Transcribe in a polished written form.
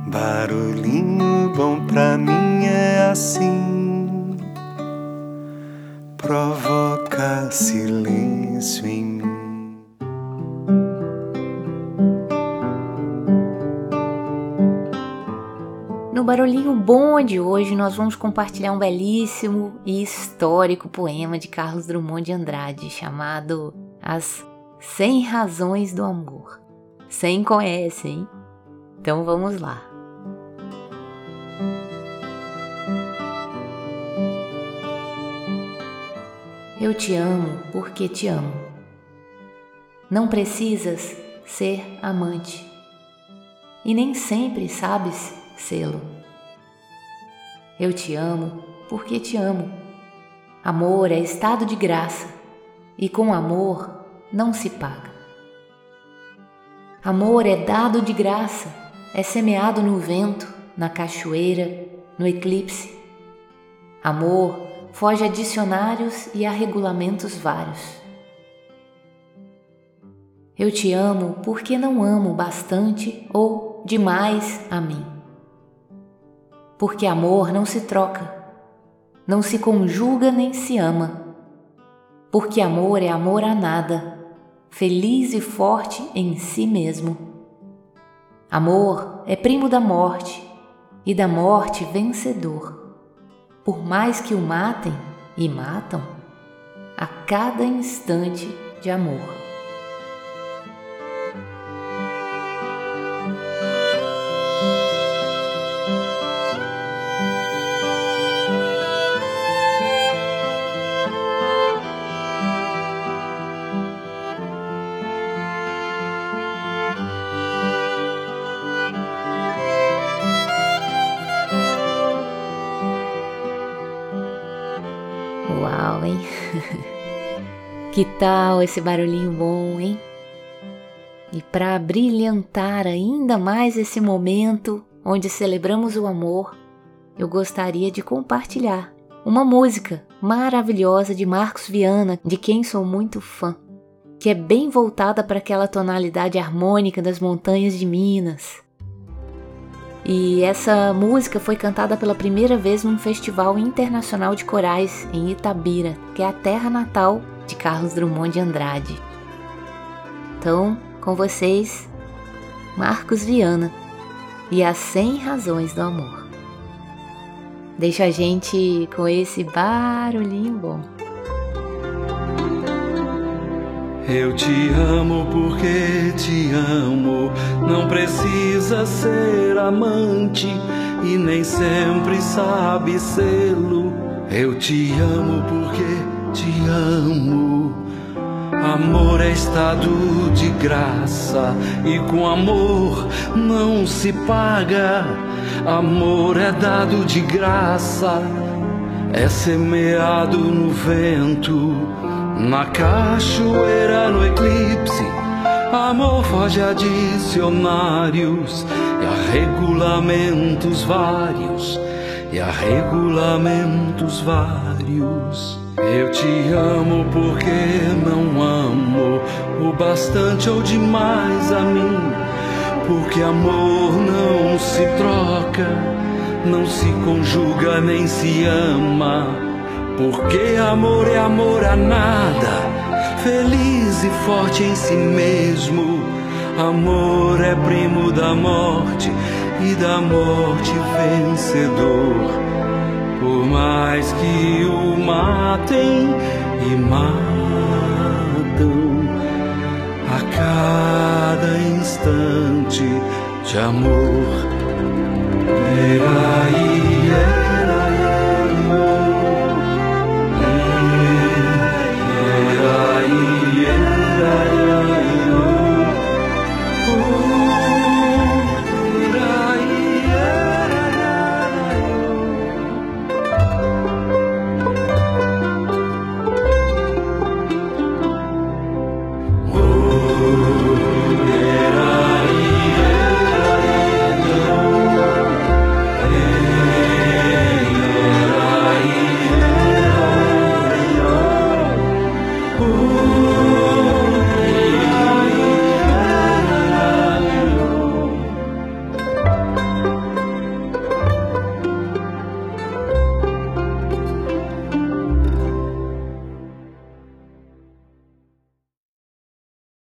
Barulhinho bom pra mim é assim, provoca silêncio em mim. No Barulhinho Bom de hoje nós vamos compartilhar um belíssimo e histórico poema de Carlos Drummond de Andrade chamado As 100 Razões do Amor. 100 conhece, hein? Então vamos lá. Eu te amo porque te amo. Não precisas ser amante e nem sempre sabes sê-lo. Eu te amo porque te amo. Amor é estado de graça e com amor não se paga. Amor é dado de graça, é semeado no vento, na cachoeira, no eclipse. Amor foge a dicionários e a regulamentos vários. Eu te amo porque não amo bastante ou demais a mim. Porque amor não se troca, não se conjuga nem se ama. Porque amor é amor a nada, feliz e forte em si mesmo. Amor é primo da morte e da morte vencedor. Por mais que o matem e matam, a cada instante de amor. Uau, hein? Que tal esse barulhinho bom, hein? E para brilhantar ainda mais esse momento onde celebramos o amor, eu gostaria de compartilhar uma música maravilhosa de Marcos Viana, de quem sou muito fã, que é bem voltada para aquela tonalidade harmônica das montanhas de Minas. E essa música foi cantada pela primeira vez num festival internacional de corais em Itabira, que é a terra natal de Carlos Drummond de Andrade. Então, com vocês, Marcos Viana e as 100 Razões do Amor. Deixa a gente com esse barulhinho bom. Eu te amo porque te amo, não precisa ser amante e nem sempre sabe sê-lo. Eu te amo porque te amo. Amor é estado de graça e com amor não se paga. Amor é dado de graça, é semeado no vento, na cachoeira, no eclipse. Amor foge a dicionários e a regulamentos vários, e a regulamentos vários. Eu te amo porque não amo o bastante ou demais a mim. Porque amor não se troca, não se conjuga nem se ama. Porque amor é amor a nada, feliz e forte em si mesmo. Amor é primo da morte e da morte vencedor. Por mais que o matem e matam, a cada instante de amor. Peraí.